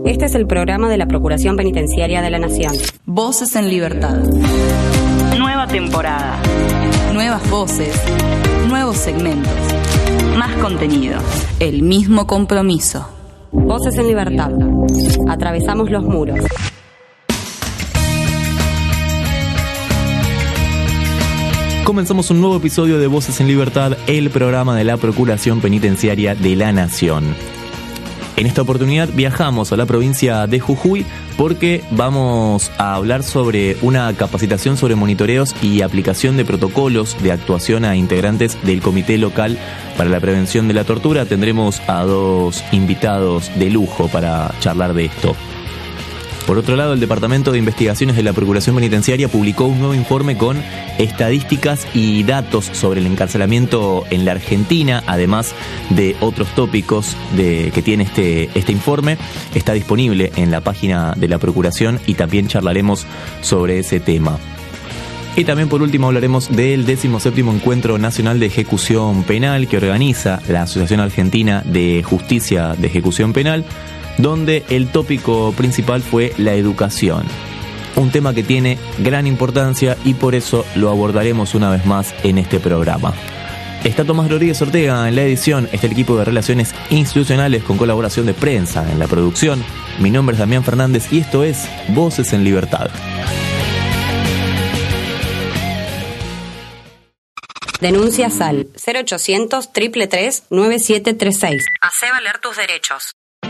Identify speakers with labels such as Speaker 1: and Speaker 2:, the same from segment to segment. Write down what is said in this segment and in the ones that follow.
Speaker 1: Este es el programa de la Procuración Penitenciaria de la Nación.
Speaker 2: Voces en Libertad.
Speaker 3: Nueva temporada.
Speaker 2: Nuevas voces. Nuevos segmentos.
Speaker 3: Más contenido.
Speaker 2: El mismo compromiso.
Speaker 1: Voces en Libertad. Atravesamos los muros.
Speaker 4: Comenzamos un nuevo episodio de Voces en Libertad, el programa de la Procuración Penitenciaria de la Nación. En esta oportunidad viajamos a la provincia de Jujuy porque vamos a hablar sobre una capacitación sobre monitoreos y aplicación de protocolos de actuación a integrantes del Comité Local para la Prevención de la Tortura. Tendremos a dos invitados de lujo para charlar de esto. Por otro lado, el Departamento de Investigaciones de la Procuración Penitenciaria publicó un nuevo informe con estadísticas y datos sobre el encarcelamiento en la Argentina, además de otros tópicos que tiene este informe. Está disponible en la página de la Procuración y también charlaremos sobre ese tema. Y también por último hablaremos del 17º Encuentro Nacional de Ejecución Penal que organiza la Asociación Argentina de Justicia de Ejecución Penal, donde el tópico principal fue la educación. Un tema que tiene gran importancia y por eso lo abordaremos una vez más en este programa. Está Tomás Rodríguez Ortega en la edición, está el equipo de Relaciones Institucionales con colaboración de prensa en la producción. Mi nombre es Damián Fernández y esto es Voces en Libertad.
Speaker 1: Denuncias al 0800 333 9736. Hacé valer tus derechos.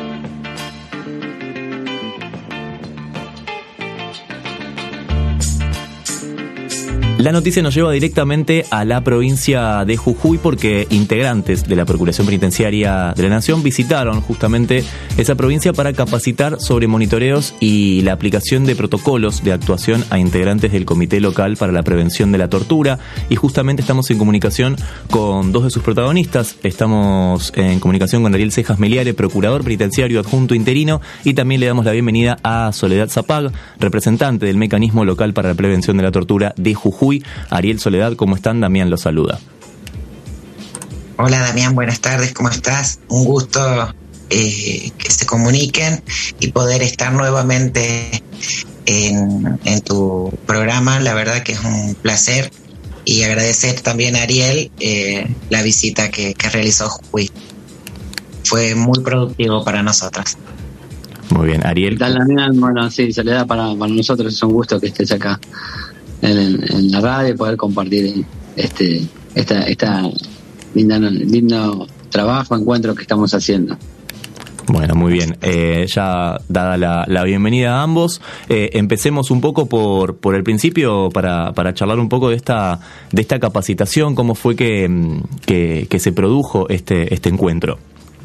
Speaker 4: La noticia nos lleva directamente a la provincia de Jujuy porque integrantes de la Procuración Penitenciaria de la Nación visitaron justamente esa provincia para capacitar sobre monitoreos y la aplicación de protocolos de actuación a integrantes del Comité Local para la Prevención de la Tortura. Y justamente estamos en comunicación con dos de sus protagonistas. Estamos en comunicación con Ariel Cejas Meliare, procurador penitenciario adjunto interino, y también le damos la bienvenida a Soledad Zapag, representante del Mecanismo Local para la Prevención de la Tortura de Jujuy. Ariel, Soledad, ¿cómo están? Damián los saluda.
Speaker 5: Hola Damián, buenas tardes, ¿cómo estás? Un gusto que se comuniquen y poder estar nuevamente en tu programa. La verdad que es un placer y agradecer también a Ariel la visita que realizó Jujuy. Fue muy productivo para nosotras.
Speaker 4: Muy bien, Ariel.
Speaker 6: ¿Qué tal, Damián? Bueno, sí, Soledad, para nosotros es un gusto que estés acá en la radio y poder compartir esta lindo trabajo, encuentro que estamos haciendo.
Speaker 4: Bueno, muy bien. Ya dada la bienvenida a ambos, empecemos un poco por el principio para charlar un poco de esta capacitación. ¿Cómo fue que se produjo este encuentro?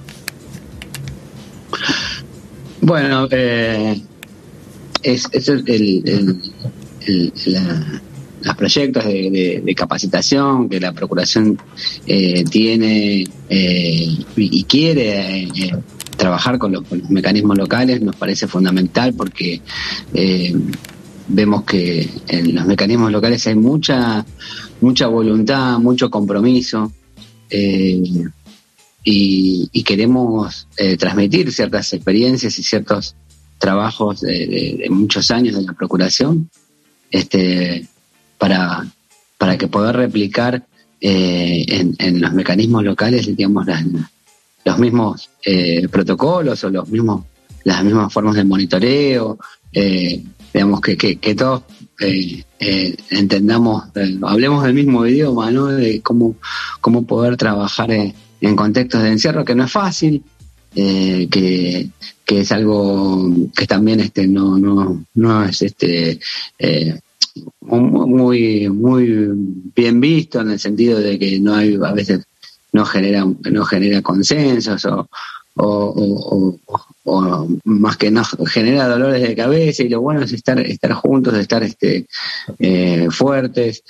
Speaker 6: Bueno, los proyectos de capacitación que la Procuración tiene y quiere trabajar con los mecanismos locales nos parece fundamental porque vemos que en los mecanismos locales hay mucha voluntad, mucho compromiso y queremos transmitir ciertas experiencias y ciertos trabajos de muchos años de la Procuración para que poder replicar en los mecanismos locales, digamos, los mismos protocolos o las mismas formas de monitoreo, digamos que todos entendamos, hablemos del mismo idioma, ¿no? De cómo poder trabajar en contextos de encierro, que no es fácil, que es algo que también no es muy bien visto, en el sentido de que a veces no genera consensos o más que no genera dolores de cabeza, y lo bueno es estar juntos, estar fuertes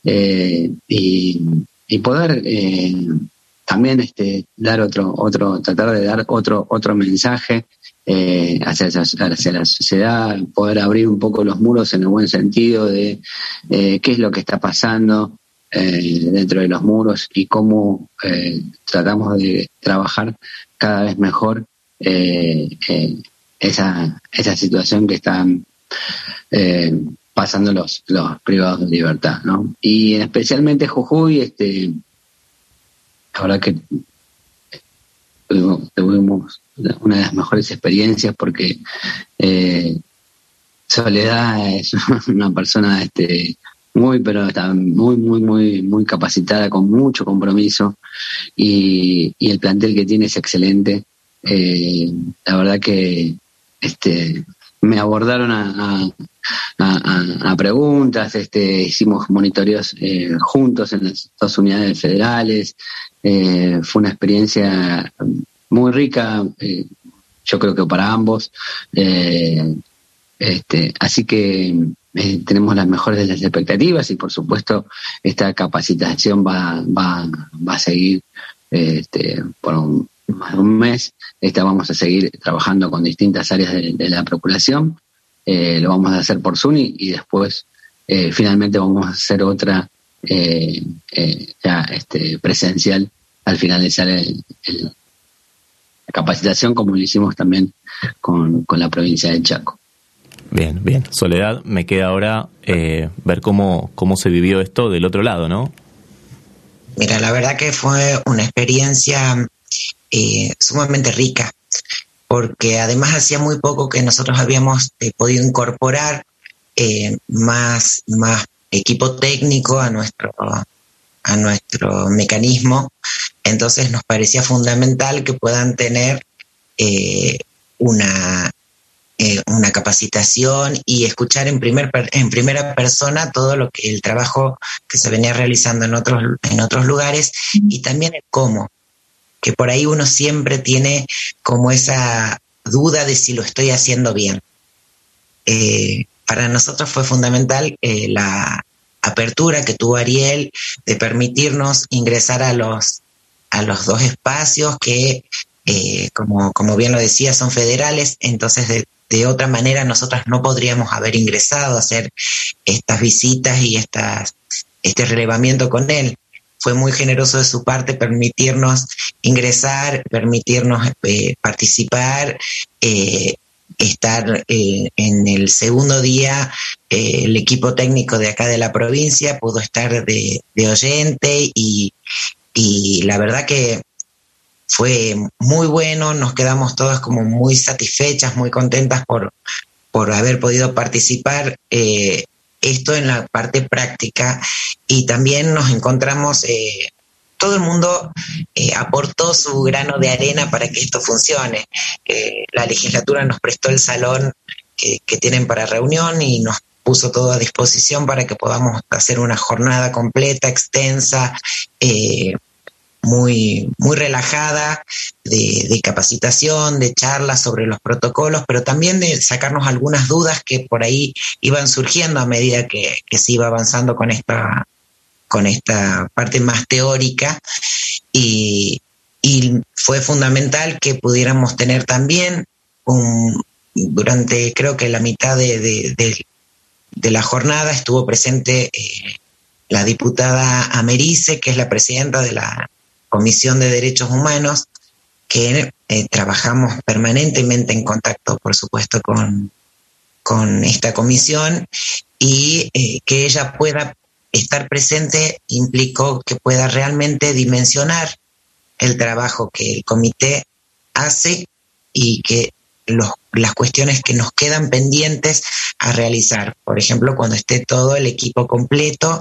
Speaker 6: y poder también dar tratar de dar otro mensaje hacia la sociedad, poder abrir un poco los muros en el buen sentido de qué es lo que está pasando dentro de los muros y cómo tratamos de trabajar cada vez mejor esa situación que están pasando los privados de libertad, ¿no? Y especialmente Jujuy, la verdad que tuvimos una de las mejores experiencias porque Soledad es una persona pero está muy capacitada, con mucho compromiso, y el plantel que tiene es excelente. La verdad que me abordaron a preguntas, hicimos monitoreos juntos en las dos unidades federales. Fue una experiencia muy rica, yo creo que para ambos. Así que tenemos las mejores de las expectativas, y por supuesto esta capacitación va a seguir por más de un mes. Vamos a seguir trabajando con distintas áreas de la Procuración. Lo vamos a hacer por Zoom y después finalmente vamos a hacer otra presencial al finalizar la capacitación, como lo hicimos también con la provincia del Chaco.
Speaker 4: Bien. Soledad, me queda ahora ver cómo se vivió esto del otro lado, ¿no?
Speaker 5: Mira, la verdad que fue una experiencia sumamente rica, porque además hacía muy poco que nosotros habíamos podido incorporar más equipo técnico a nuestro mecanismo. Entonces nos parecía fundamental que puedan tener una capacitación y escuchar en primera persona todo el trabajo que se venía realizando en otros lugares, y también el cómo, que por ahí uno siempre tiene como esa duda de si lo estoy haciendo bien. Para nosotros fue fundamental la apertura que tuvo Ariel de permitirnos ingresar a los dos espacios que, como bien lo decía, son federales. Entonces de otra manera nosotros no podríamos haber ingresado a hacer estas visitas y este relevamiento con él. Fue muy generoso de su parte permitirnos ingresar, permitirnos participar, estar en el segundo día. El equipo técnico de acá de la provincia pudo estar de oyente, y la verdad que fue muy bueno. Nos quedamos todas como muy satisfechas, muy contentas por haber podido participar esto en la parte práctica. Y también nos encontramos, todo el mundo aportó su grano de arena para que esto funcione. La legislatura nos prestó el salón que tienen para reunión y nos puso todo a disposición para que podamos hacer una jornada completa, extensa, muy relajada, de capacitación, de charlas sobre los protocolos, pero también de sacarnos algunas dudas que por ahí iban surgiendo a medida que se iba avanzando con esta parte más teórica, y fue fundamental que pudiéramos tener también durante, creo que la mitad de la jornada estuvo presente la diputada Americe, que es la presidenta de la Comisión de Derechos Humanos, que trabajamos permanentemente en contacto, por supuesto, con esta comisión, y que ella pueda estar presente implicó que pueda realmente dimensionar el trabajo que el comité hace y que las cuestiones que nos quedan pendientes a realizar. Por ejemplo, cuando esté todo el equipo completo,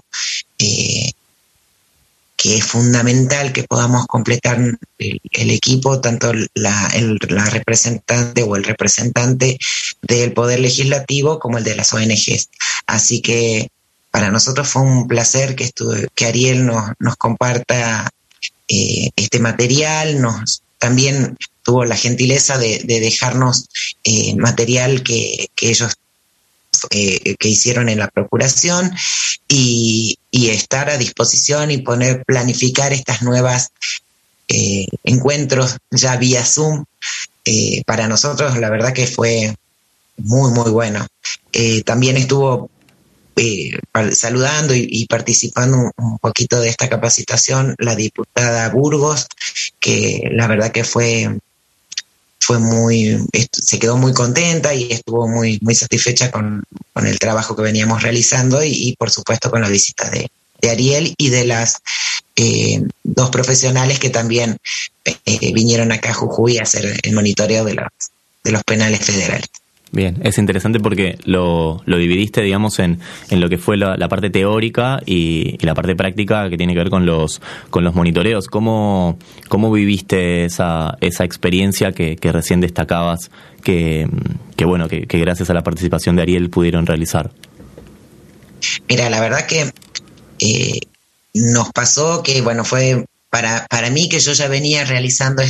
Speaker 5: que es fundamental que podamos completar el equipo, tanto la representante o el representante del Poder Legislativo como el de las ONGs. Así que para nosotros fue un placer que Ariel nos comparta este material. También tuvo la gentileza de dejarnos material que ellos que hicieron en la Procuración, y estar a disposición y planificar estas nuevas encuentros ya vía Zoom. Para nosotros la verdad que fue muy muy bueno. También estuvo saludando y participando un poquito de esta capacitación la diputada Burgos, que la verdad que fue se quedó muy contenta y estuvo muy, muy satisfecha con el trabajo que veníamos realizando y por supuesto con la visita de Ariel y de las 2 profesionales que también vinieron acá a Jujuy a hacer el monitoreo de los penales federales.
Speaker 4: Bien, es interesante porque lo dividiste, digamos, en lo que fue la parte teórica y la parte práctica que tiene que ver con los monitoreos. ¿Cómo viviste esa experiencia que recién destacabas que gracias a la participación de Ariel pudieron realizar?
Speaker 5: Mira, la verdad que nos pasó que, fue para mí que yo ya venía realizando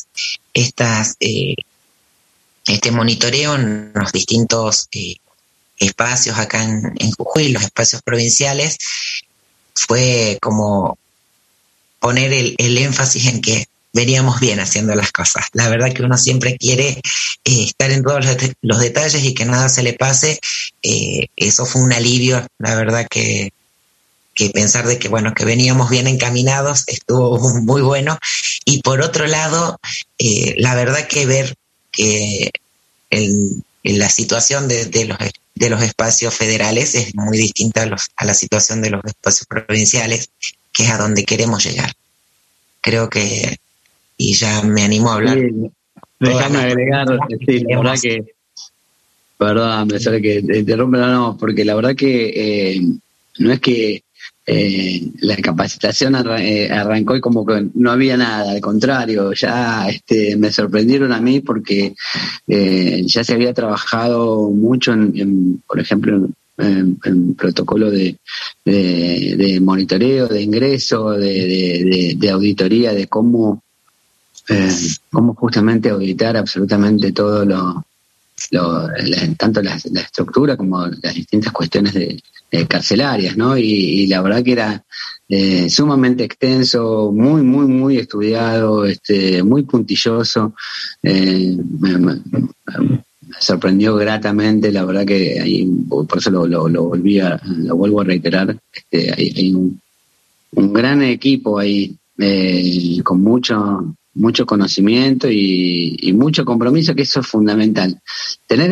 Speaker 5: este monitoreo en los distintos espacios acá en Jujuy, los espacios provinciales, fue como poner el énfasis en que veníamos bien haciendo las cosas. La verdad que uno siempre quiere estar en todos los detalles y que nada se le pase. Eso fue un alivio, la verdad que pensar de que veníamos bien encaminados estuvo muy bueno. Y por otro lado, la verdad que ver que en la situación de los espacios federales es muy distinta a la situación de los espacios provinciales, que es a donde queremos llegar. Creo que, y ya me animo a hablar.
Speaker 6: Sí, déjame agregar, la verdad que, perdón, me sale que te interrumpe, no, porque la verdad que no es que la capacitación arrancó y como que no había nada, al contrario, ya me sorprendieron a mí porque ya se había trabajado mucho por ejemplo, en protocolo de monitoreo, de ingreso, de auditoría, de cómo justamente auditar absolutamente todo tanto la estructura como las distintas cuestiones carcelarias, ¿no? Y la verdad que era sumamente extenso, muy, muy, muy estudiado, muy puntilloso. Me sorprendió gratamente, la verdad que ahí, por eso lo vuelvo a reiterar, hay un gran equipo ahí, con mucho conocimiento y mucho compromiso, que eso es fundamental. Tener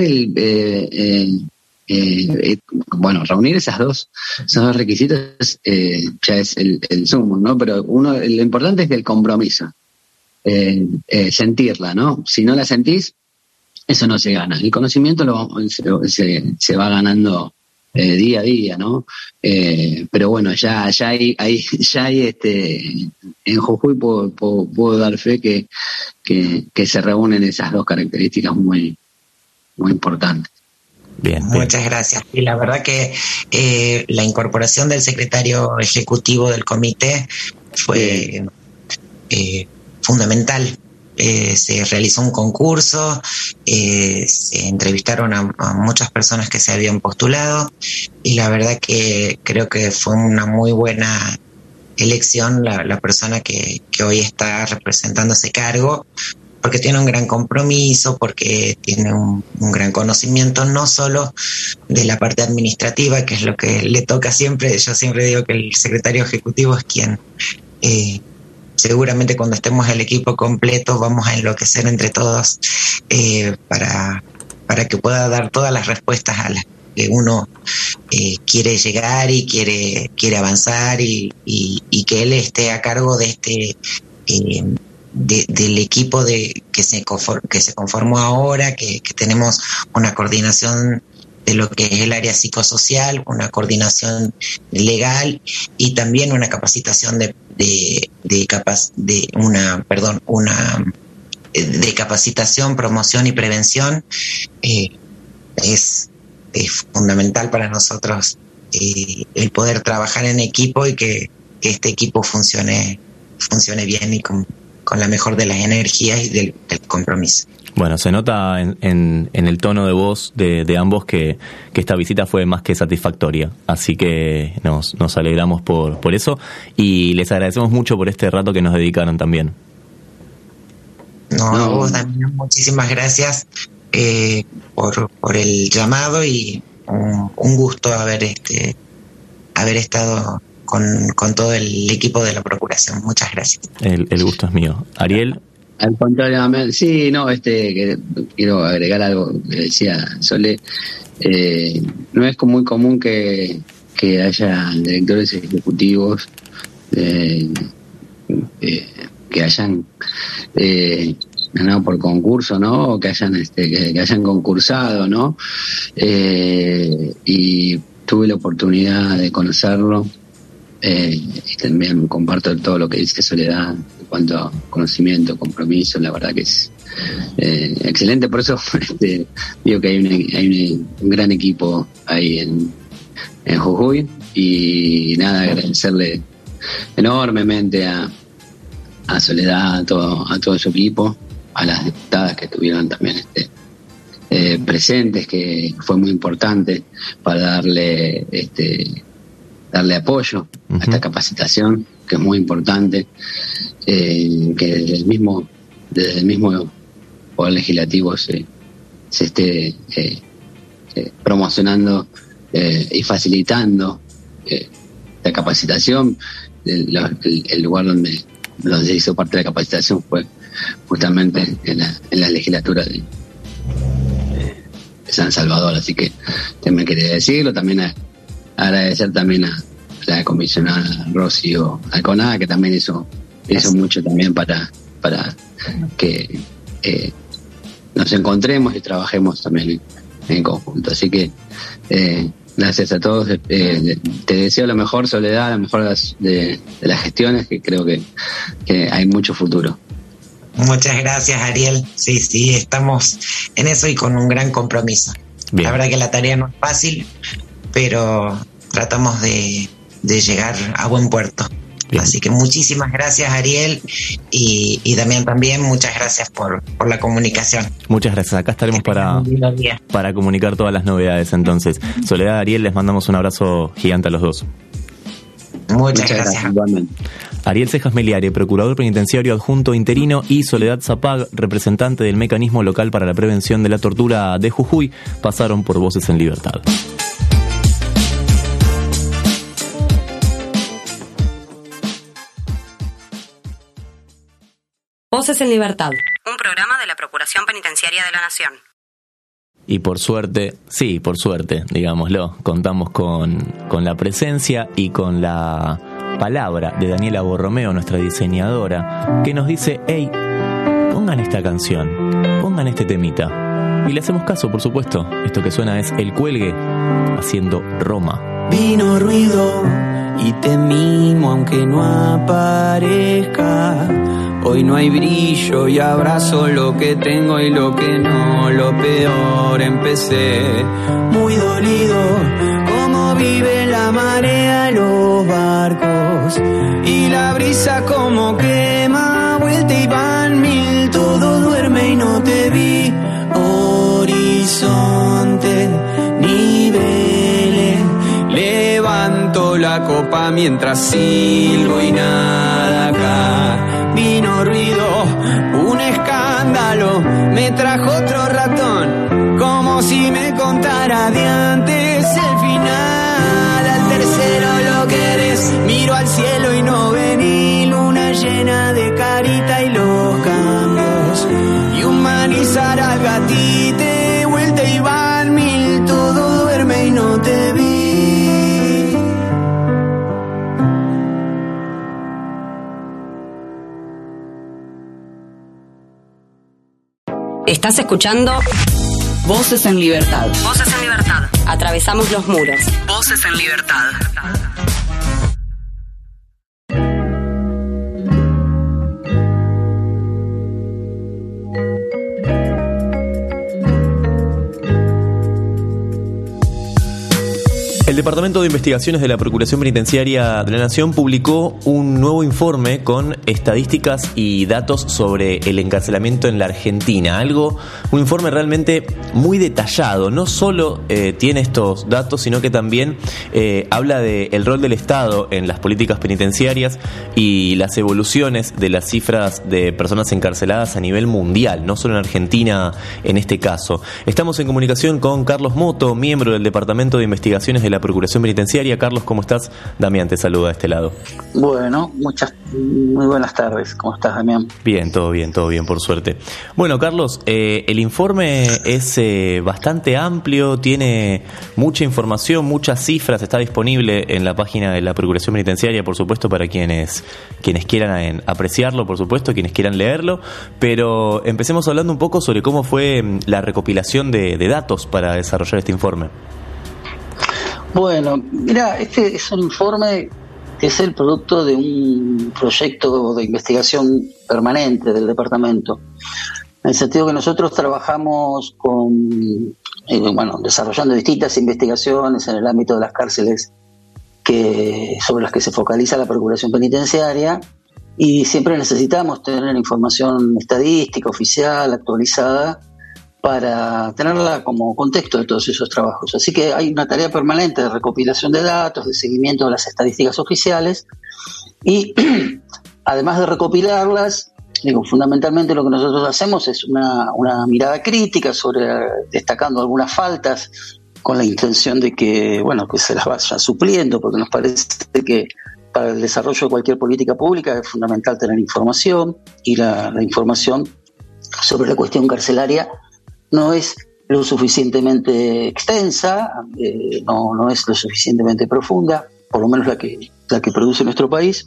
Speaker 6: reunir esos dos requisitos ya es el sumo, ¿no? Pero lo importante es el compromiso, sentirla, ¿no? Si no la sentís, eso no se gana. El conocimiento se va ganando día a día, ¿no? Pero bueno, ya hay en Jujuy puedo dar fe que se reúnen esas 2 características muy, muy importantes.
Speaker 4: Bien.
Speaker 5: Muchas gracias. Y la verdad que la incorporación del secretario ejecutivo del comité fue fundamental. Se realizó un concurso, se entrevistaron a muchas personas que se habían postulado y la verdad que creo que fue una muy buena elección la persona que hoy está representando ese cargo, porque tiene un gran compromiso, porque tiene un gran conocimiento no solo de la parte administrativa, que es lo que le toca siempre. Yo siempre digo que el secretario ejecutivo es quien seguramente cuando estemos el equipo completo vamos a enloquecer entre todos para que pueda dar todas las respuestas a las que uno quiere llegar y quiere avanzar y que él esté a cargo de del equipo que se conformó ahora, que tenemos una coordinación de lo que es el área psicosocial, una coordinación legal y también una capacitación de capacitación, promoción y prevención. Es fundamental para nosotros el poder trabajar en equipo y que este equipo funcione bien y con la mejor de las energías y del compromiso.
Speaker 4: Bueno, se nota en el tono de voz de ambos que esta visita fue más que satisfactoria, así que nos alegramos por eso y les agradecemos mucho por este rato que nos dedicaron también.
Speaker 5: No, vos también, muchísimas gracias por el llamado y un gusto haber estado con todo el equipo de la Procuración. Muchas gracias.
Speaker 4: El gusto es mío. Ariel.
Speaker 6: Al contrario, sí, no, que quiero agregar algo que decía Sole. No es muy común que haya directores ejecutivos que hayan ganado por concurso, ¿no? O que hayan que hayan concursado, ¿no? Y tuve la oportunidad de conocerlo, y también comparto todo lo que dice Soledad en cuanto a conocimiento, compromiso. La verdad que es excelente. Por eso digo que hay un gran equipo ahí en Jujuy, y nada, agradecerle enormemente a Soledad, a todo su equipo, a las diputadas que estuvieron también presentes, que fue muy importante para darle apoyo a esta capacitación, que es muy importante, que desde el mismo Poder Legislativo se esté promocionando y facilitando la capacitación. El lugar donde hizo parte de la capacitación fue justamente en la legislatura de San Salvador, así que también quería decirlo. También agradecer también a la comisionada Rocío Alconada, que también hizo mucho también para que nos encontremos y trabajemos también en conjunto. Así que gracias a todos. Te deseo lo mejor, Soledad, lo mejor de las gestiones, que creo que hay mucho futuro.
Speaker 5: Muchas gracias, Ariel. Sí, estamos en eso y con un gran compromiso. Bien. La verdad que la tarea no es fácil, pero tratamos de llegar a buen puerto. Bien. Así que muchísimas gracias, Ariel, y Damián también, muchas gracias por la comunicación. Muchas gracias, acá estaremos para comunicar todas las novedades. Entonces, Soledad, Ariel, les mandamos un abrazo gigante a los dos. Muchas gracias. Ariel Cejas Meliare, procurador penitenciario adjunto interino, y Soledad Zapag, representante del Mecanismo Local para la Prevención de la Tortura de Jujuy, pasaron por Voces en Libertad.
Speaker 1: Voces en Libertad, un programa de la Procuración Penitenciaria de la Nación.
Speaker 4: Y por suerte, digámoslo, contamos con la presencia y con la palabra de Daniela Borromeo, nuestra diseñadora, que nos dice: hey, pongan esta canción, pongan este temita. Y le hacemos caso, por supuesto. Esto que suena es El Cuelgue haciendo Roma.
Speaker 7: Vino ruido y te mimo aunque no aparezca. Hoy no hay brillo y abrazo lo que tengo y lo que no. Lo peor, empecé muy dolido. Cómo vive la marea, los barcos y la brisa como quema. Vuelta y van mil, todo duerme y no te vi. Horizonte, niveles. Levanto la copa mientras silbo y nada acá. Vino ruido, un escándalo, me trajo otro ratón, como si me contara de antes el final. Al tercero lo querés, miro al cielo y no vení, luna llena de carita y los cambios, y humanizar al gatite, vuelta y van mil, todo duerme y no te vi.
Speaker 1: Estás escuchando
Speaker 2: Voces en Libertad.
Speaker 1: Voces en Libertad. Atravesamos los muros.
Speaker 2: Voces en Libertad.
Speaker 4: El Departamento de Investigaciones de la Procuración Penitenciaria de la Nación publicó un nuevo informe con estadísticas y datos sobre el encarcelamiento en la Argentina. Un informe realmente muy detallado. No solo tiene estos datos, sino que también habla del rol del Estado en las políticas penitenciarias y las evoluciones de las cifras de personas encarceladas a nivel mundial, no solo en Argentina en este caso. Estamos en comunicación con Carlos Moto, miembro del Departamento de Investigaciones de la Procuración Penitenciaria. Carlos, ¿cómo estás? Damián te saluda de este lado.
Speaker 8: Bueno, muy buenas tardes. ¿Cómo estás, Damián?
Speaker 4: Bien, todo bien, por suerte. Bueno, Carlos, el informe es bastante amplio, tiene mucha información, muchas cifras, está disponible en la página de la Procuración Penitenciaria, por supuesto, para quienes quieran apreciarlo, por supuesto, quienes quieran leerlo, pero empecemos hablando un poco sobre cómo fue la recopilación de datos para desarrollar este informe.
Speaker 8: Bueno, mira, este es un informe que es el producto de un proyecto de investigación permanente del departamento, en el sentido que nosotros trabajamos desarrollando distintas investigaciones en el ámbito de las cárceles sobre las que se focaliza la Procuración Penitenciaria, y siempre necesitamos tener información estadística, oficial, actualizada, para tenerla como contexto de todos esos trabajos. Así que hay una tarea permanente de recopilación de datos, de seguimiento de las estadísticas oficiales, y además de recopilarlas, fundamentalmente lo que nosotros hacemos es una mirada crítica destacando algunas faltas, con la intención de que se las vaya supliendo, porque nos parece que para el desarrollo de cualquier política pública es fundamental tener información, y la información sobre la cuestión carcelaria no es lo suficientemente extensa, no es lo suficientemente profunda, por lo menos la que produce nuestro país.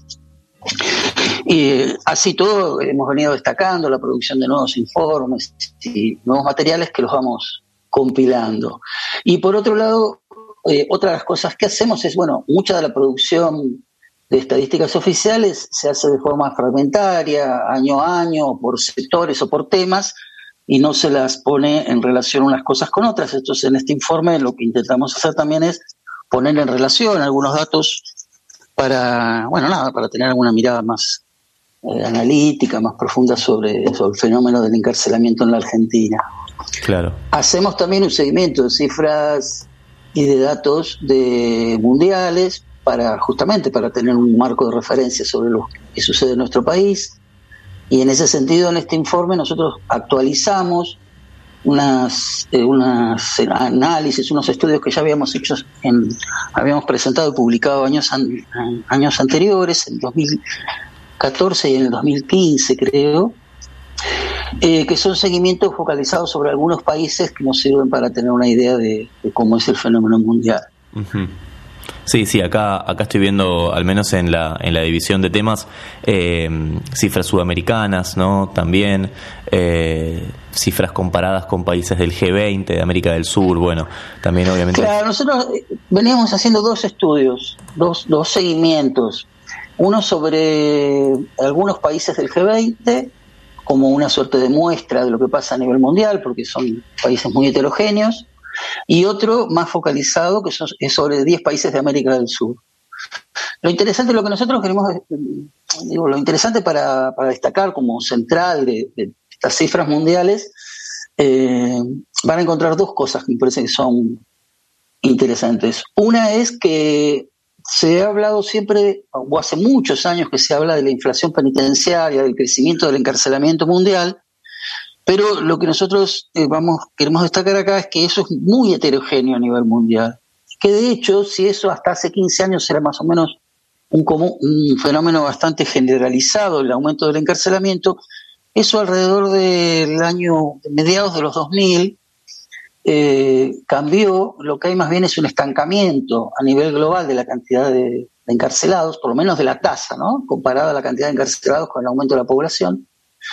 Speaker 8: Y así todo hemos venido destacando la producción de nuevos informes y nuevos materiales que los vamos compilando. Y por otro lado, otra de las cosas que hacemos es, mucha de la producción de estadísticas oficiales se hace de forma fragmentaria, año a año, por sectores o por temas, y no se las pone en relación unas cosas con otras. Entonces, en este informe lo que intentamos hacer también es poner en relación algunos datos para tener alguna mirada más analítica, más profunda sobre el fenómeno del encarcelamiento en la Argentina.
Speaker 4: Claro.
Speaker 8: Hacemos también un seguimiento de cifras y de datos mundiales justamente para tener un marco de referencia sobre lo que sucede en nuestro país. Y en ese sentido, en este informe nosotros actualizamos unos análisis, unos estudios que ya habíamos hecho, habíamos presentado y publicado años anteriores, en 2014 y en el 2015, creo, que son seguimientos focalizados sobre algunos países que nos sirven para tener una idea de cómo es el fenómeno mundial.
Speaker 4: Uh-huh. Sí, acá estoy viendo, al menos en la división de temas, cifras sudamericanas, ¿no? También cifras comparadas con países del G20, de América del Sur, también obviamente.
Speaker 8: Claro, nosotros veníamos haciendo dos estudios, dos seguimientos. Uno sobre algunos países del G20, como una suerte de muestra de lo que pasa a nivel mundial, porque son países muy heterogéneos, y otro más focalizado, que es sobre 10 países de América del Sur. Lo interesante, lo que nosotros queremos, lo interesante para destacar como central de estas cifras mundiales, van a encontrar dos cosas que me parece que son interesantes. Una es que se ha hablado siempre, o hace muchos años que se habla de la inflación penitenciaria, del crecimiento del encarcelamiento mundial, pero lo que nosotros queremos destacar acá es que eso es muy heterogéneo a nivel mundial. Que de hecho, si eso hasta hace 15 años era más o menos un fenómeno bastante generalizado, el aumento del encarcelamiento, eso alrededor del año, mediados de los 2000, cambió. Lo que hay más bien es un estancamiento a nivel global de la cantidad de encarcelados, por lo menos de la tasa, ¿no? Comparada a la cantidad de encarcelados con el aumento de la población.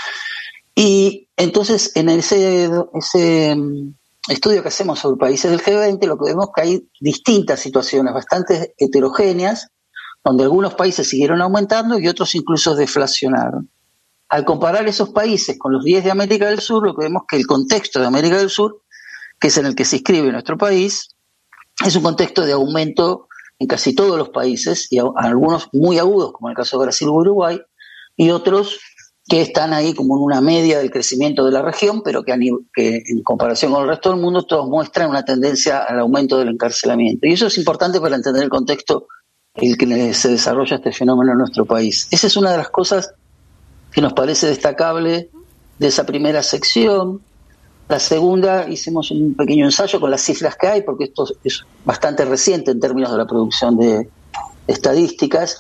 Speaker 8: Y entonces, en ese estudio que hacemos sobre países del G20, lo que vemos es que hay distintas situaciones bastante heterogéneas, donde algunos países siguieron aumentando y otros incluso deflacionaron. Al comparar esos países con los 10 de América del Sur, lo que vemos es que el contexto de América del Sur, que es en el que se inscribe nuestro país, es un contexto de aumento en casi todos los países, y algunos muy agudos, como en el caso de Brasil o Uruguay, y otros que están ahí como en una media del crecimiento de la región, pero que en comparación con el resto del mundo todos muestran una tendencia al aumento del encarcelamiento. Y eso es importante para entender el contexto en el que se desarrolla este fenómeno en nuestro país. Esa es una de las cosas que nos parece destacable de esa primera sección. La segunda, hicimos un pequeño ensayo con las cifras que hay, porque esto es bastante reciente en términos de la producción de estadísticas,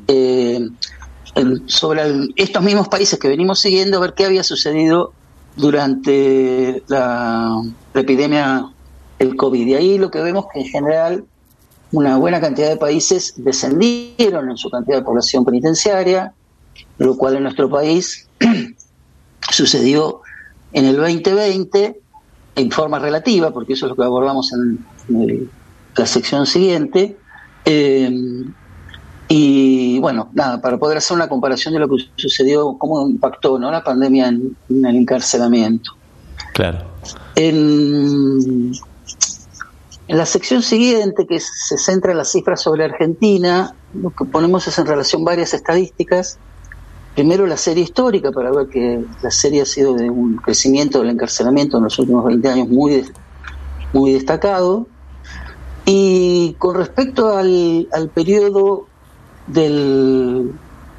Speaker 8: sobre estos mismos países que venimos siguiendo, a ver qué había sucedido durante la epidemia del COVID. Y ahí lo que vemos que en general una buena cantidad de países descendieron en su cantidad de población penitenciaria, lo cual en nuestro país sucedió en el 2020 en forma relativa, porque eso es lo que abordamos en la sección siguiente. Y bueno, nada, para poder hacer una comparación de lo que sucedió, cómo impactó, ¿no?, la pandemia en el encarcelamiento.
Speaker 4: Claro.
Speaker 8: En la sección siguiente, que se centra en las cifras sobre Argentina, lo que ponemos es en relación varias estadísticas. Primero la serie histórica, para ver que la serie ha sido de un crecimiento del encarcelamiento en los últimos 20 años muy destacado. Y con respecto al periodo de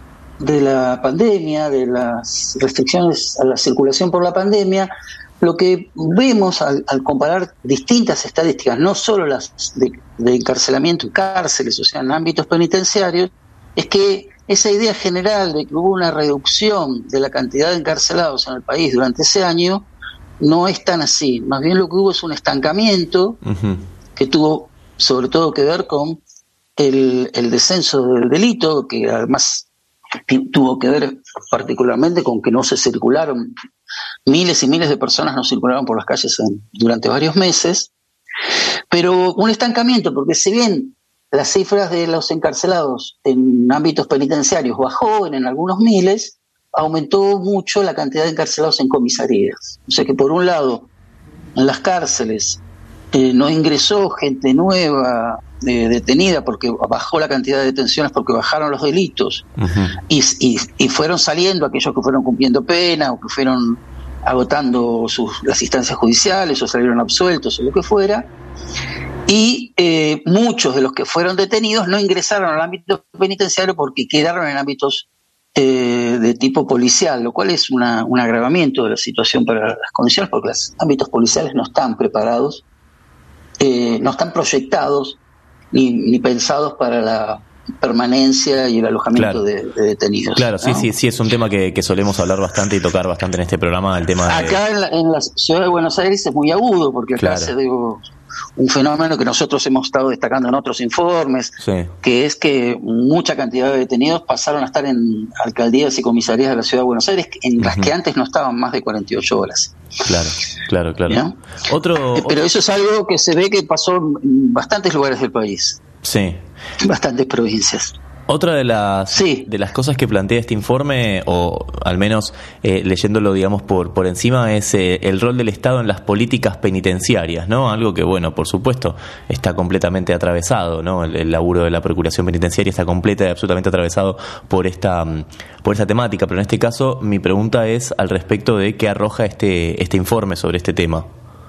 Speaker 8: la pandemia, de las restricciones a la circulación por la pandemia, lo que vemos al comparar distintas estadísticas, no solo las de encarcelamiento y cárceles, o sea, en ámbitos penitenciarios, es que esa idea general de que hubo una reducción de la cantidad de encarcelados en el país durante ese año no es tan así. Más bien lo que hubo es un estancamiento que tuvo sobre todo que ver con el descenso del delito, que además tuvo que ver particularmente con que no se circularon, miles y miles de personas no circularon por las calles durante varios meses, pero un estancamiento, porque si bien las cifras de los encarcelados en ámbitos penitenciarios bajó en algunos miles, aumentó mucho la cantidad de encarcelados en comisarías. O sea que por un lado, en las cárceles no ingresó gente nueva detenida porque bajó la cantidad de detenciones, porque bajaron los delitos, y fueron saliendo aquellos que fueron cumpliendo pena o que fueron agotando las instancias judiciales o salieron absueltos o lo que fuera, y muchos de los que fueron detenidos no ingresaron al ámbito penitenciario porque quedaron en ámbitos de tipo policial, lo cual es un agravamiento de la situación para las condiciones, porque los ámbitos policiales no están preparados, no están proyectados ni pensados para la permanencia y el alojamiento de detenidos.
Speaker 4: Claro,
Speaker 8: ¿no?
Speaker 4: Sí, es un tema que solemos hablar bastante y tocar bastante en este programa, el tema de...
Speaker 8: Acá en la ciudad de Buenos Aires es muy agudo, porque acá se dio un fenómeno que nosotros hemos estado destacando en otros informes, que es que mucha cantidad de detenidos pasaron a estar en alcaldías y comisarías de la ciudad de Buenos Aires, en las que antes no estaban más de 48 horas. Claro. Pero eso es algo que se ve que pasó en bastantes lugares del país.
Speaker 4: Sí.
Speaker 8: Bastantes provincias.
Speaker 4: Otra de las cosas que plantea este informe, o al menos leyéndolo, digamos, por encima, es el rol del Estado en las políticas penitenciarias, ¿no? Algo que, bueno, por supuesto, está completamente atravesado, ¿no? El laburo de la Procuración Penitenciaria está completa y absolutamente atravesado por esta temática, pero en este caso mi pregunta es al respecto de qué arroja este informe sobre este tema.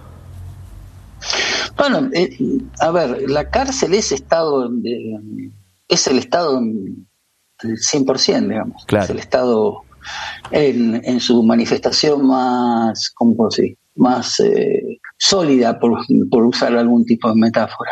Speaker 4: Bueno,
Speaker 8: a ver, la cárcel es Estado... es el Estado en el 100%, digamos. Claro. Es el Estado en su manifestación más, ¿cómo puedo decir?, más sólida, por usar algún tipo de metáfora.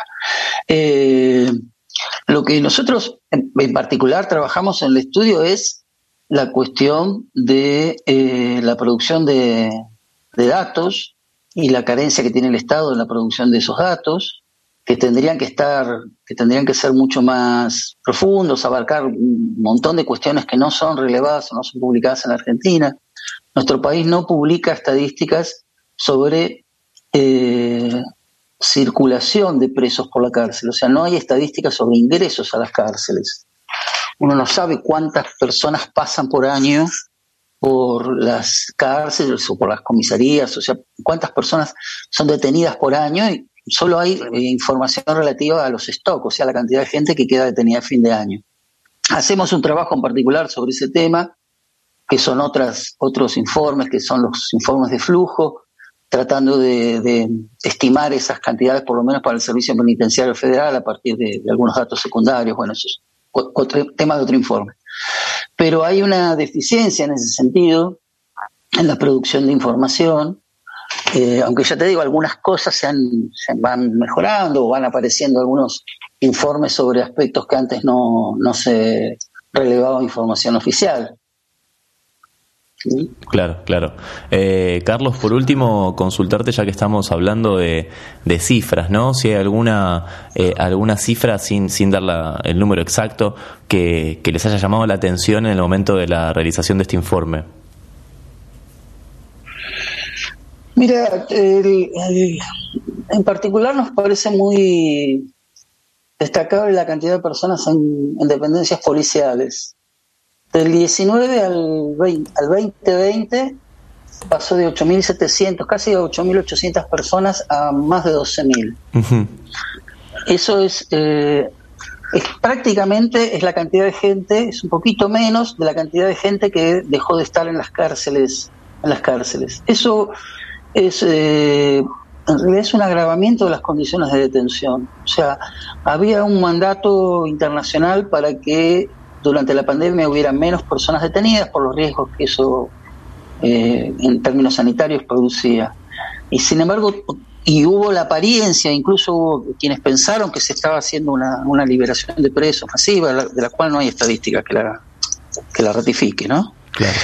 Speaker 8: Lo que nosotros en particular trabajamos en el estudio es la cuestión de la producción de datos y la carencia que tiene el Estado en la producción de esos datos, que tendrían que ser mucho más profundos, abarcar un montón de cuestiones que no son relevadas o no son publicadas en la Argentina. Nuestro país no publica estadísticas sobre circulación de presos por la cárcel, o sea, no hay estadísticas sobre ingresos a las cárceles. Uno no sabe cuántas personas pasan por año por las cárceles o por las comisarías, o sea, cuántas personas son detenidas por año, y solo hay información relativa a los stocks, o sea, la cantidad de gente que queda detenida a fin de año. Hacemos un trabajo en particular sobre ese tema, que son otros informes, que son los informes de flujo, tratando de estimar esas cantidades, por lo menos para el Servicio Penitenciario Federal, a partir de algunos datos secundarios. Bueno, eso es tema de otro informe. Pero hay una deficiencia en ese sentido, en la producción de información, aunque ya te digo, algunas cosas se van mejorando o van apareciendo algunos informes sobre aspectos que antes no se relevaba información oficial. ¿Sí?
Speaker 4: Claro. Carlos, por último, consultarte, ya que estamos hablando de cifras, ¿no? Si hay alguna cifra, sin dar el número exacto, que les haya llamado la atención en el momento de la realización de este informe.
Speaker 8: Mira, en particular nos parece muy destacable la cantidad de personas en dependencias policiales. Del 19 al 2020 pasó de 8.700, casi de 8.800 personas a más de 12.000. Uh-huh. Eso es prácticamente es la cantidad de gente, es un poquito menos de la cantidad de gente que dejó de estar en las cárceles. Eso es en realidad es un agravamiento de las condiciones de detención. O sea, había un mandato internacional para que durante la pandemia hubiera menos personas detenidas por los riesgos que eso en términos sanitarios producía. Y sin embargo, hubo la apariencia, incluso hubo quienes pensaron que se estaba haciendo una liberación de presos masiva, de la cual no hay estadística que la ratifique, ¿no?
Speaker 4: Claro.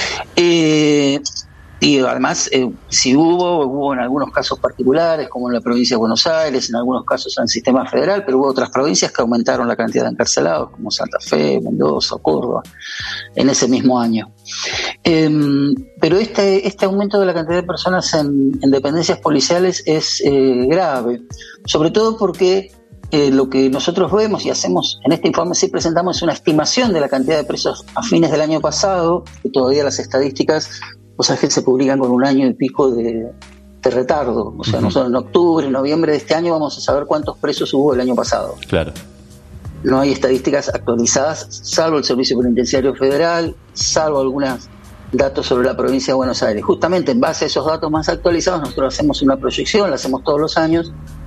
Speaker 8: Y además, si hubo en algunos casos particulares, como en la provincia de Buenos Aires, en algunos casos en el sistema federal, pero hubo otras provincias que aumentaron la cantidad de encarcelados, como Santa Fe, Mendoza, Córdoba, en ese mismo año. Pero este aumento de la cantidad de personas en dependencias policiales es grave, sobre todo porque lo que nosotros vemos y hacemos en este informe, sí presentamos, es una estimación de la cantidad de presos a fines del año pasado, que todavía las estadísticas, o sea, que se publican con un año y pico de retardo. O sea, nosotros en octubre, noviembre de este año vamos a saber cuántos presos hubo el año pasado.
Speaker 4: Claro.
Speaker 8: No hay estadísticas actualizadas, salvo el Servicio Penitenciario Federal, salvo algunos datos sobre la provincia de Buenos Aires. Justamente en base a esos datos más actualizados, nosotros hacemos una proyección, la hacemos todos los años,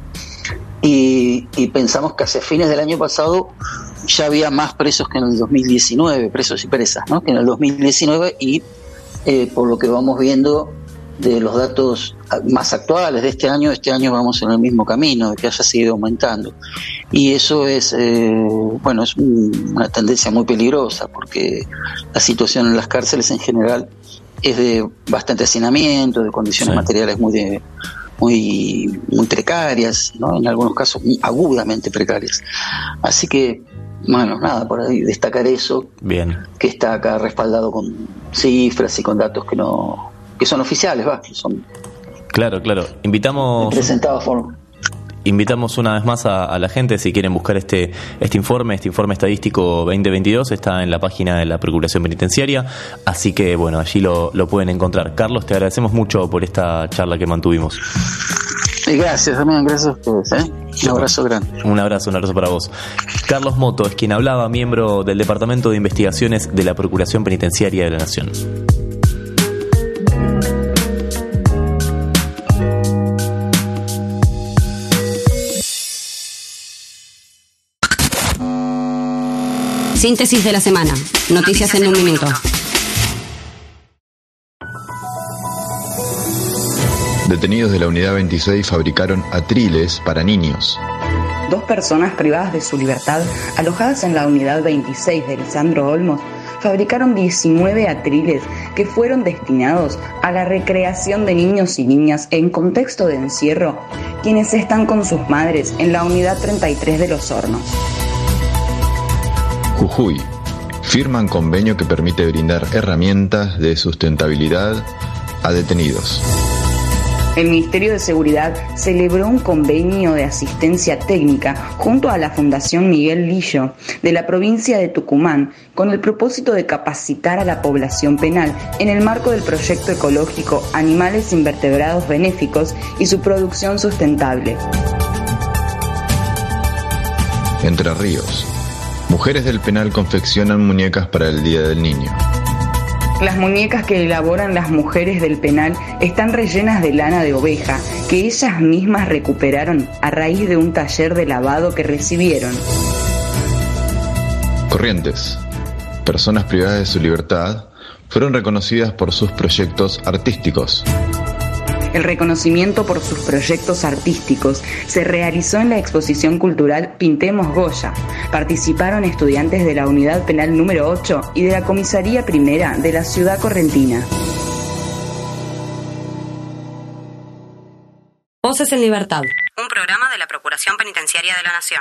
Speaker 8: y pensamos que hacia fines del año pasado ya había más presos que en el 2019, presos y presas, ¿no? Que en el 2019, y por lo que vamos viendo de los datos más actuales de este año vamos en el mismo camino, de que haya seguido aumentando. Y eso es, es una tendencia muy peligrosa, porque la situación en las cárceles en general es de bastante hacinamiento, de condiciones materiales muy precarias, ¿no? En algunos casos agudamente precarias. Así que, bueno, nada, por ahí destacar eso.
Speaker 4: Bien.
Speaker 8: Que está acá respaldado con cifras y con datos que son oficiales, que son...
Speaker 4: Claro. Invitamos una vez más a la gente, si quieren buscar este informe estadístico 2022, está en la página de la Procuración Penitenciaria, así que bueno, allí lo pueden encontrar. Carlos, te agradecemos mucho por esta charla que mantuvimos.
Speaker 8: Gracias, también, gracias a ustedes. Un abrazo grande.
Speaker 4: Un abrazo para vos. Carlos Moto es quien hablaba, miembro del Departamento de Investigaciones de la Procuración Penitenciaria de la Nación.
Speaker 1: Síntesis de la semana. Noticias en un minuto.
Speaker 9: Detenidos de la Unidad 26 fabricaron atriles para niños.
Speaker 3: 2 personas privadas de su libertad, alojadas en la Unidad 26 de Lisandro Olmos, fabricaron 19 atriles que fueron destinados a la recreación de niños y niñas en contexto de encierro, quienes están con sus madres en la Unidad 33 de Los Hornos.
Speaker 9: Jujuy. Firman convenio que permite brindar herramientas de sustentabilidad a detenidos.
Speaker 3: El Ministerio de Seguridad celebró un convenio de asistencia técnica junto a la Fundación Miguel Lillo de la provincia de Tucumán con el propósito de capacitar a la población penal en el marco del proyecto ecológico Animales Invertebrados Benéficos y su producción sustentable.
Speaker 9: Entre Ríos. Mujeres del penal confeccionan muñecas para el Día del Niño.
Speaker 3: Las muñecas que elaboran las mujeres del penal están rellenas de lana de oveja que ellas mismas recuperaron a raíz de un taller de lavado que recibieron.
Speaker 9: Corrientes. Personas privadas de su libertad fueron reconocidas por sus proyectos artísticos.
Speaker 3: El reconocimiento por sus proyectos artísticos se realizó en la exposición cultural Pintemos Goya. Participaron estudiantes de la Unidad Penal número 8 y de la Comisaría Primera de la Ciudad Correntina.
Speaker 1: Voces en Libertad. Un programa de la Procuración Penitenciaria de la Nación.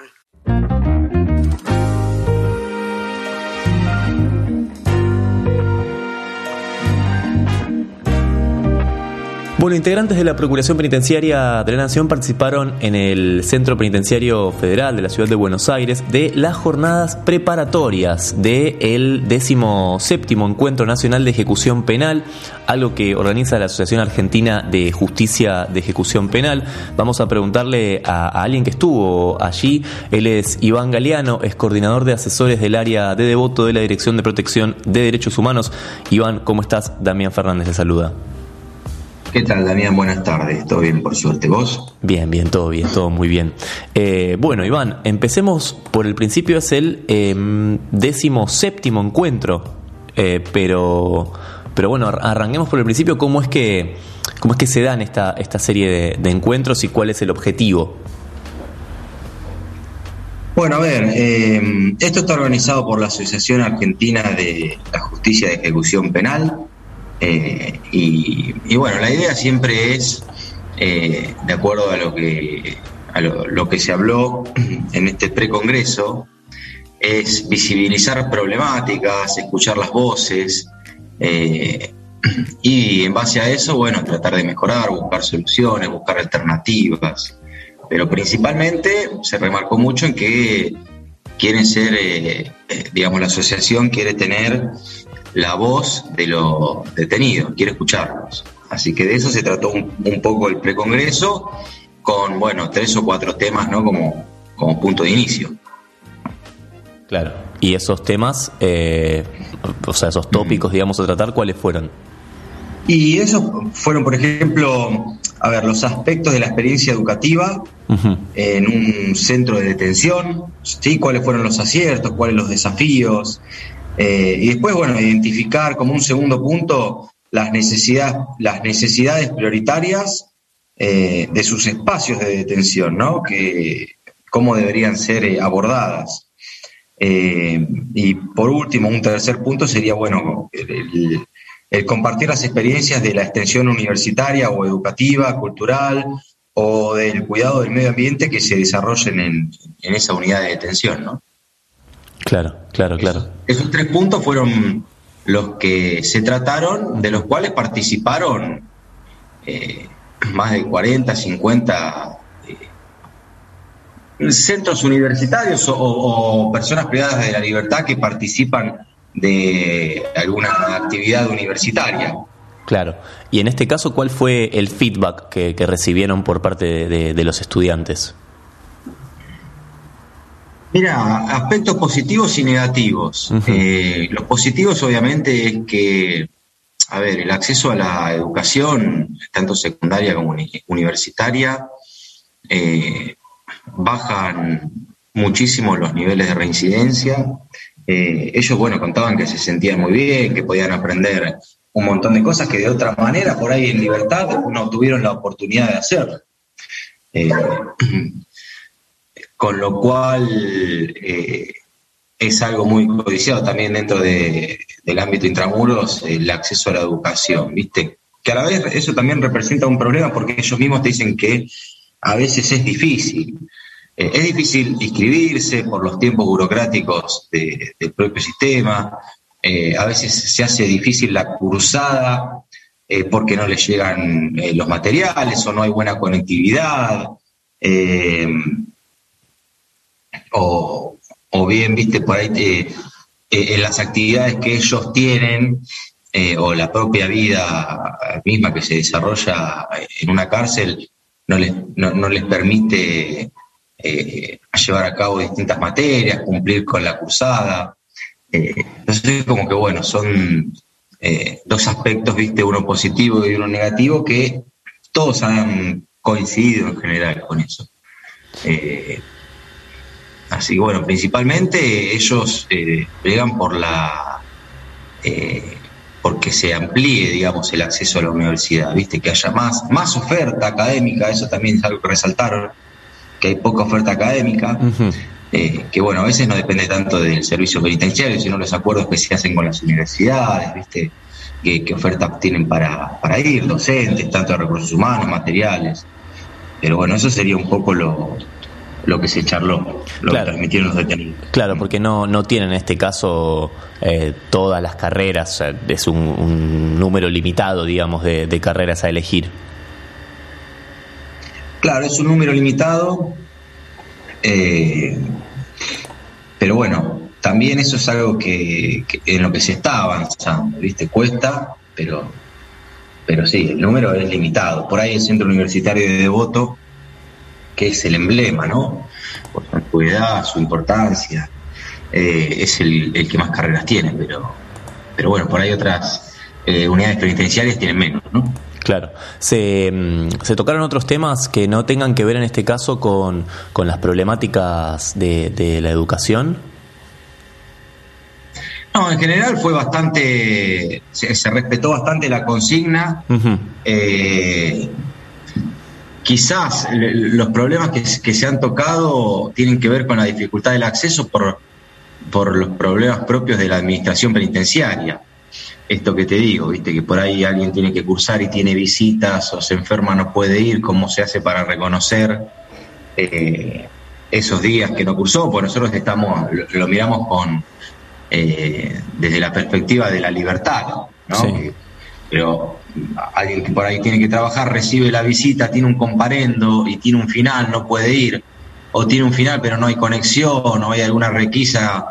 Speaker 4: Bueno, integrantes de la Procuración Penitenciaria de la Nación participaron en el Centro Penitenciario Federal de la Ciudad de Buenos Aires de las jornadas preparatorias del 17º Encuentro Nacional de Ejecución Penal, algo que organiza la Asociación Argentina de Justicia de Ejecución Penal. Vamos a preguntarle a alguien que estuvo allí. Él es Iván Galeano, es coordinador de asesores del área de Devoto de la Dirección de Protección de Derechos Humanos. Iván, ¿cómo estás? Damián Fernández le saluda.
Speaker 10: ¿Qué tal, Damián? Buenas tardes. ¿Todo bien, por suerte? ¿Vos?
Speaker 4: Bien, todo muy bien. Bueno, Iván, empecemos por el principio. Es el 17º encuentro, pero bueno, arranquemos por el principio. ¿Cómo es que se dan esta serie de encuentros y cuál es el objetivo?
Speaker 10: Bueno, a ver, esto está organizado por la Asociación Argentina de la Justicia de Ejecución Penal. Y bueno, la idea siempre es, de acuerdo a lo que se habló en este precongreso, es visibilizar problemáticas, escuchar las voces, y en base a eso, bueno, tratar de mejorar, buscar soluciones, buscar alternativas. Pero principalmente se remarcó mucho en que quieren ser, digamos, la asociación quiere tener la voz de los detenidos, quiere escucharlos. Así que de eso se trató un poco el precongreso, con, bueno, 3 o 4 temas, ¿no? Como punto de inicio.
Speaker 4: Claro. Y esos temas, esos tópicos, digamos, a tratar, ¿cuáles fueron?
Speaker 10: Y esos fueron, por ejemplo, los aspectos de la experiencia educativa en un centro de detención, ¿sí? ¿Cuáles fueron los aciertos? ¿Cuáles los desafíos? Y después, bueno, identificar como un segundo punto las necesidades prioritarias de sus espacios de detención, ¿no? Cómo deberían ser abordadas. Y por último, un tercer punto sería, bueno, el compartir las experiencias de la extensión universitaria o educativa, cultural, o del cuidado del medio ambiente que se desarrollen en esa unidad de detención, ¿no?
Speaker 4: Claro.
Speaker 10: Esos 3 puntos fueron los que se trataron, de los cuales participaron más de 40, 50 centros universitarios o personas privadas de la libertad que participan de alguna actividad universitaria.
Speaker 4: Claro. Y en este caso, ¿cuál fue el feedback que recibieron por parte de los estudiantes?
Speaker 10: Mira, aspectos positivos y negativos. Los positivos obviamente es que, el acceso a la educación, tanto secundaria como universitaria, bajan muchísimo los niveles de reincidencia. Ellos, bueno, contaban que se sentían muy bien, que podían aprender un montón de cosas que de otra manera, por ahí en libertad, no tuvieron la oportunidad de hacerlo. Con lo cual es algo muy codiciado también dentro del ámbito intramuros, el acceso a la educación, ¿viste? Que a la vez eso también representa un problema porque ellos mismos te dicen que a veces es difícil. Es difícil inscribirse por los tiempos burocráticos del propio sistema, a veces se hace difícil la cursada porque no les llegan los materiales o no hay buena conectividad. O bien, viste, por ahí en las actividades que ellos tienen o la propia vida misma que se desarrolla en una cárcel no les permite llevar a cabo distintas materias, cumplir con la cursada. Entonces, como que bueno, son 2 aspectos, viste, uno positivo y uno negativo, que todos han coincidido en general con eso. Así que bueno, principalmente ellos bregan por porque se amplíe, digamos, el acceso a la universidad, ¿viste? Que haya más oferta académica, eso también es algo que resaltaron, que hay poca oferta académica, que bueno, a veces no depende tanto del servicio penitenciario, sino los acuerdos que se hacen con las universidades, ¿viste? ¿Qué oferta tienen para ir, docentes, tanto de recursos humanos, materiales? Pero bueno, eso sería un poco lo que se charló, lo que transmitieron los detenidos.
Speaker 4: Claro, porque no tienen en este caso todas las carreras, o sea, es un número limitado, digamos, de carreras a elegir.
Speaker 10: Claro, es un número limitado, pero bueno, también eso es algo que en lo que se está avanzando, ¿viste? Cuesta, pero sí, el número es limitado. Por ahí el Centro Universitario de Devoto, que es el emblema, ¿no? Por su antigüedad, su importancia, es el que más carreras tiene, pero bueno, por ahí otras unidades penitenciarias tienen menos, ¿no?
Speaker 4: Claro. ¿Se tocaron otros temas que no tengan que ver en este caso con las problemáticas de la educación?
Speaker 10: No, en general fue bastante, se respetó bastante la consigna.
Speaker 4: Uh-huh.
Speaker 10: Quizás los problemas que se han tocado tienen que ver con la dificultad del acceso por los problemas propios de la administración penitenciaria. Esto que te digo, viste, que por ahí alguien tiene que cursar y tiene visitas o se enferma, no puede ir, ¿cómo se hace para reconocer esos días que no cursó? Pues nosotros lo miramos desde la perspectiva de la libertad, ¿no?
Speaker 4: Sí.
Speaker 10: Pero alguien que por ahí tiene que trabajar, recibe la visita, tiene un comparendo y tiene un final, no puede ir, o tiene un final pero no hay conexión, o hay alguna requisa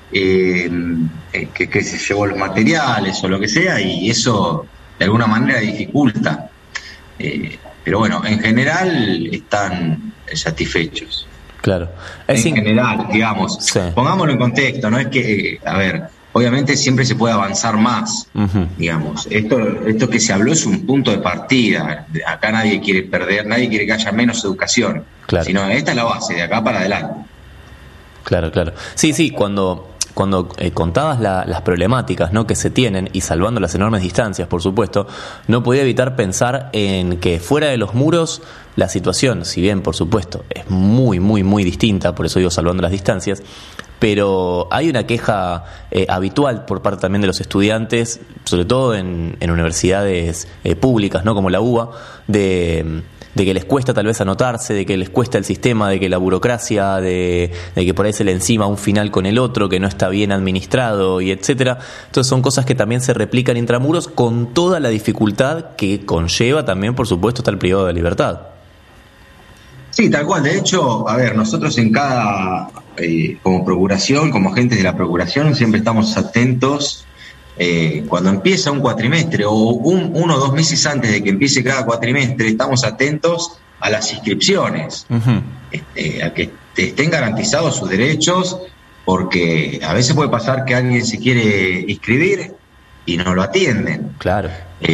Speaker 10: que se llevó los materiales o lo que sea, y eso de alguna manera dificulta, pero bueno, en general están satisfechos.
Speaker 4: Claro.
Speaker 10: En general, digamos,
Speaker 4: sí.
Speaker 10: Pongámoslo en contexto, no es que, obviamente siempre se puede avanzar más,
Speaker 4: uh-huh.
Speaker 10: digamos. Esto que se habló es un punto de partida. Acá nadie quiere perder, nadie quiere que haya menos educación,
Speaker 4: claro.
Speaker 10: Sino esta es la base, de acá para adelante.
Speaker 4: Claro. Sí, cuando contabas las problemáticas, ¿no?, que se tienen, y salvando las enormes distancias, por supuesto, no podía evitar pensar en que fuera de los muros la situación, si bien por supuesto es muy, muy, muy distinta, por eso digo salvando las distancias, pero hay una queja habitual por parte también de los estudiantes, sobre todo en universidades públicas, ¿no?, como la UBA, de que les cuesta tal vez anotarse, de que les cuesta el sistema, de que la burocracia, de que por ahí se le encima un final con el otro, que no está bien administrado, y etcétera. Entonces son cosas que también se replican intramuros, con toda la dificultad que conlleva también, por supuesto, estar privado de libertad.
Speaker 10: Sí, tal cual. De hecho, nosotros en cada, como procuración, como agentes de la procuración, siempre estamos atentos. Cuando empieza un cuatrimestre o 1 o 2 meses antes de que empiece cada cuatrimestre, estamos atentos a las inscripciones,
Speaker 4: uh-huh.
Speaker 10: A que estén garantizados sus derechos, porque a veces puede pasar que alguien se quiere inscribir y no lo atienden.
Speaker 4: Claro.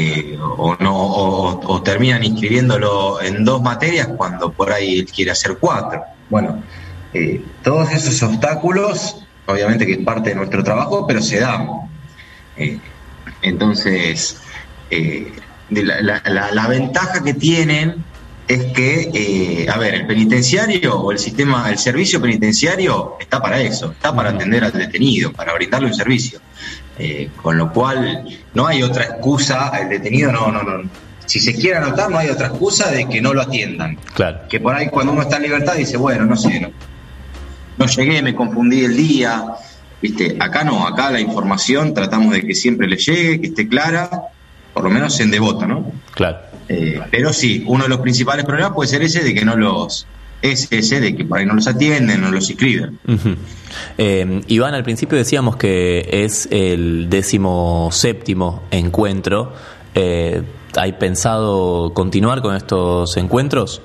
Speaker 10: O terminan inscribiéndolo en 2 materias cuando por ahí él quiere hacer 4. Bueno, todos esos obstáculos, obviamente que es parte de nuestro trabajo, pero se dan. Entonces, la ventaja que tienen es que, el penitenciario o el servicio penitenciario está para eso, está para atender al detenido, para brindarle un servicio. Con lo cual, no hay otra excusa, el detenido no. Si se quiere anotar, no hay otra excusa de que no lo atiendan.
Speaker 4: Claro.
Speaker 10: Que por ahí cuando uno está en libertad dice, bueno, no sé, no llegué, me confundí el día. ¿Viste? Acá no, acá la información tratamos de que siempre le llegue, que esté clara, por lo menos en Devoto, ¿no?
Speaker 4: Claro.
Speaker 10: Pero sí, uno de los principales problemas puede ser ese de que de que por ahí no los atienden, no los inscriben.
Speaker 4: Uh-huh. Iván, al principio decíamos que es el 17º encuentro. ¿Hay pensado continuar con estos encuentros?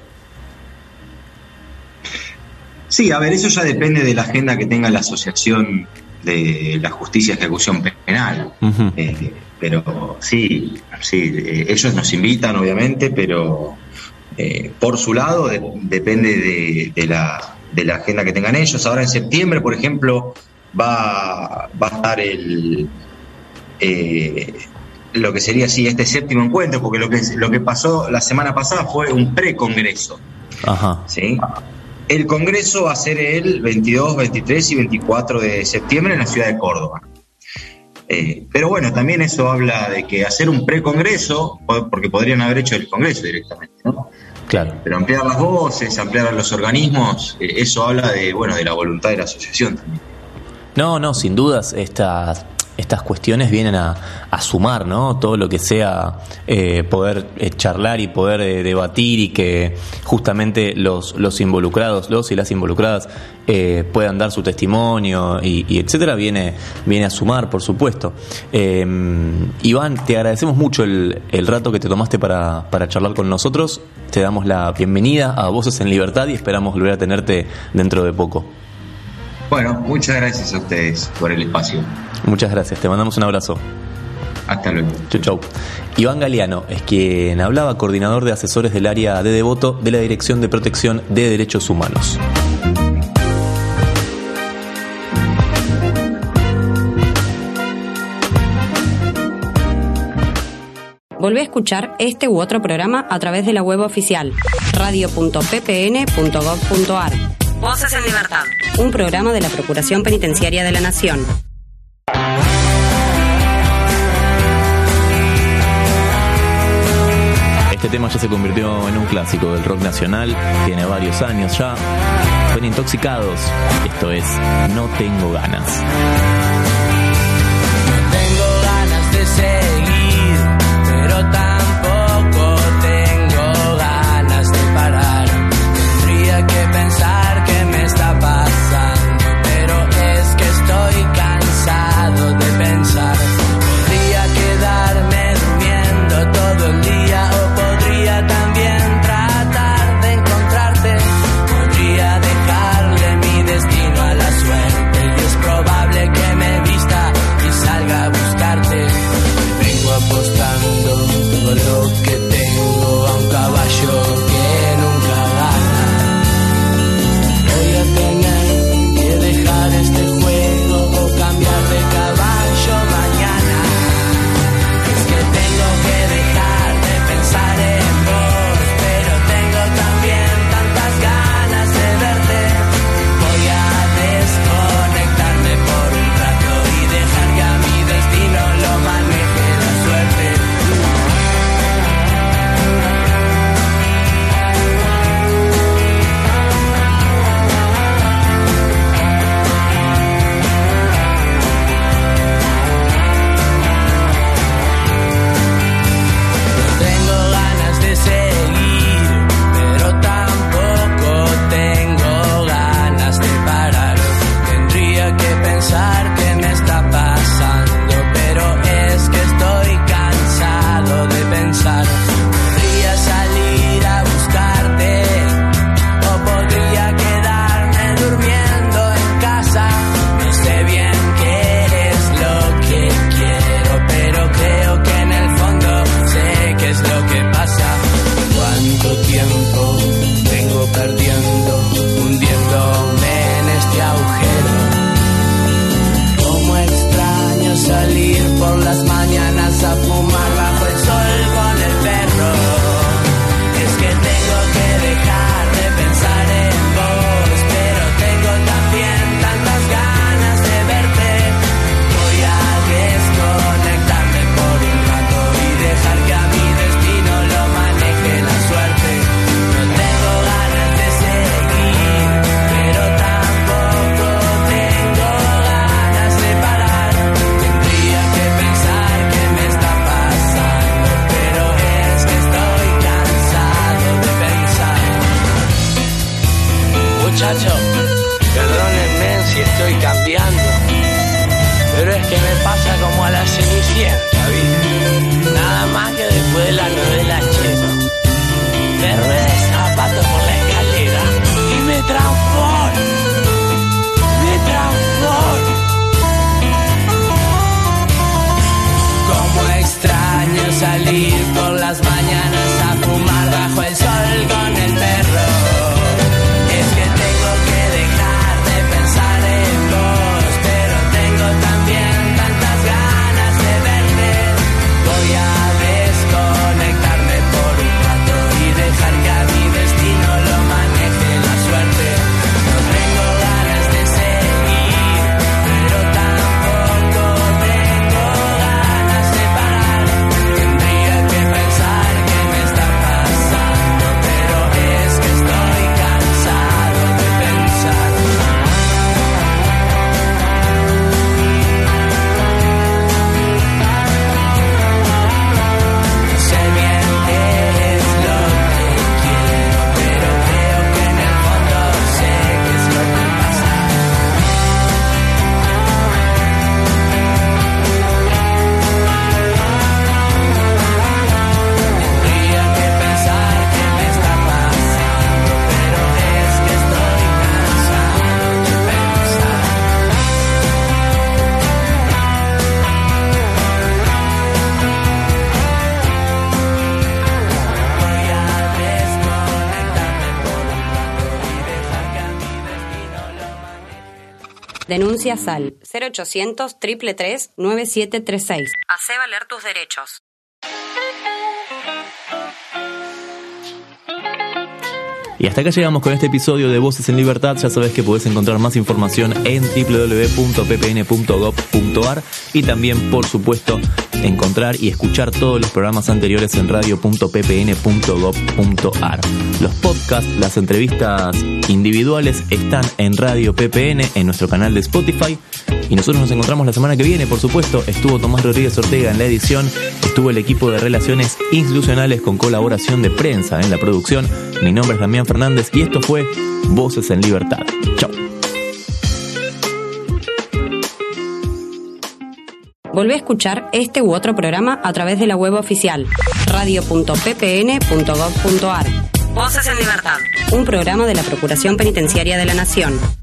Speaker 10: Sí, eso ya depende de la agenda que tenga la Asociación de la Justicia y Ejecución Penal.
Speaker 4: Uh-huh.
Speaker 10: Pero sí, ellos nos invitan, obviamente, pero por su lado depende de la agenda que tengan ellos. Ahora en septiembre, por ejemplo, va a estar lo que sería así este séptimo encuentro, porque lo que pasó la semana pasada fue un precongreso.
Speaker 4: Ajá.
Speaker 10: ¿Sí? El congreso va a ser el 22, 23 y 24 de septiembre en la ciudad de Córdoba. Pero bueno, también eso habla de que hacer un precongreso, porque podrían haber hecho el congreso directamente, ¿no?
Speaker 4: Claro.
Speaker 10: Pero ampliar las voces, ampliar a los organismos, eso habla de la voluntad de la asociación también.
Speaker 4: No, sin dudas estas cuestiones vienen a sumar, ¿no? Todo lo que sea poder charlar y poder debatir y que justamente los involucrados, los y las involucradas puedan dar su testimonio y etcétera, viene a sumar, por supuesto. Iván, te agradecemos mucho el rato que te tomaste para charlar con nosotros. Te damos la bienvenida a Voces en Libertad y esperamos volver a tenerte dentro de poco.
Speaker 10: Bueno, muchas gracias a ustedes por el espacio.
Speaker 4: Muchas gracias, te mandamos un abrazo.
Speaker 10: Hasta luego.
Speaker 4: Chau. Iván Galeano es quien hablaba, coordinador de asesores del área de Devoto de la Dirección de Protección de Derechos Humanos.
Speaker 1: Volvé a escuchar este u otro programa a través de la web oficial radio.ppn.gov.ar. Voces en Libertad, un programa de la Procuración Penitenciaria de la Nación.
Speaker 4: Este tema ya se convirtió en un clásico del rock nacional, tiene varios años ya. Son Intoxicados, esto es No Tengo Ganas.
Speaker 11: No tengo ganas de seguir, pero tampoco tengo ganas de parar. Tendría que pensar qué me está pasando, pero es que estoy cansado de pensar. Podría quedarme durmiendo todo el día o podría también tratar de encontrarte. Podría dejarle mi destino a la suerte y es probable que me vista y salga a buscarte. Vengo apostando todo lo que tengo a un caballo que nunca gana. Voy a tener que dejar este juego o cambiar de caballo mañana. Es que tengo que dejar de pensar en vos, pero tengo también tantas ganas de verte. Voy a desconectarme por un rato y dejar que a mi destino lo maneje la suerte. No tengo ganas de seguir, pero tampoco tengo ganas de parar. Tendría que pensar qué me está pasando, pero es que estoy cansado de pensar. Podría salir a buscarte o podría quedarme durmiendo en casa. No sé bien qué es lo que quiero, pero creo que en el fondo sé qué es lo que pasa. ¿Cuánto tiempo vengo perdiendo, hundiéndome en este agujero? Cómo extraño salir por las mañanas a fumar bajo el sol con el perro. Es que tengo que dejar de pensar en vos, pero tengo también tantas ganas de verte. Voy a desconectarme por un rato y dejar que a mi destino lo maneje la suerte. No tengo ganas de seguir, pero tampoco tengo ganas de parar. Tendría que pensar qué me está pasando, pero es que estoy cansado de pensar. Muchachos, perdónenme si estoy cambiando, pero es que me pasa como a la Cenicienta, ¿viste? Nada más que después de la novela Cheno. Me rueda de zapato por la escalera y me transformo. Como extraño salir por las mañanas a fumar bajo el sol con el perro. Es que tengo que dejar de pensar en vos, pero tengo también tantas ganas de verte. Voy
Speaker 1: Denuncias al 0800 333 9736. Hacé valer tus derechos.
Speaker 4: Y hasta acá llegamos con este episodio de Voces en Libertad. Ya sabés que podés encontrar más información en www.ppn.gov.ar y también, por supuesto, encontrar y escuchar todos los programas anteriores en radio.ppn.gov.ar. Los podcasts, las entrevistas individuales están en Radio PPN, en nuestro canal de Spotify. Y nosotros nos encontramos la semana que viene, por supuesto. Estuvo Tomás Rodríguez Ortega en la edición, estuvo el equipo de Relaciones Institucionales con colaboración de prensa en la producción. Mi nombre es Damián Fernández y esto fue Voces en Libertad. Chao.
Speaker 1: Volvé a escuchar este u otro programa a través de la web oficial radio.ppn.gov.ar. Voces en Libertad, un programa de la Procuración Penitenciaria de la Nación.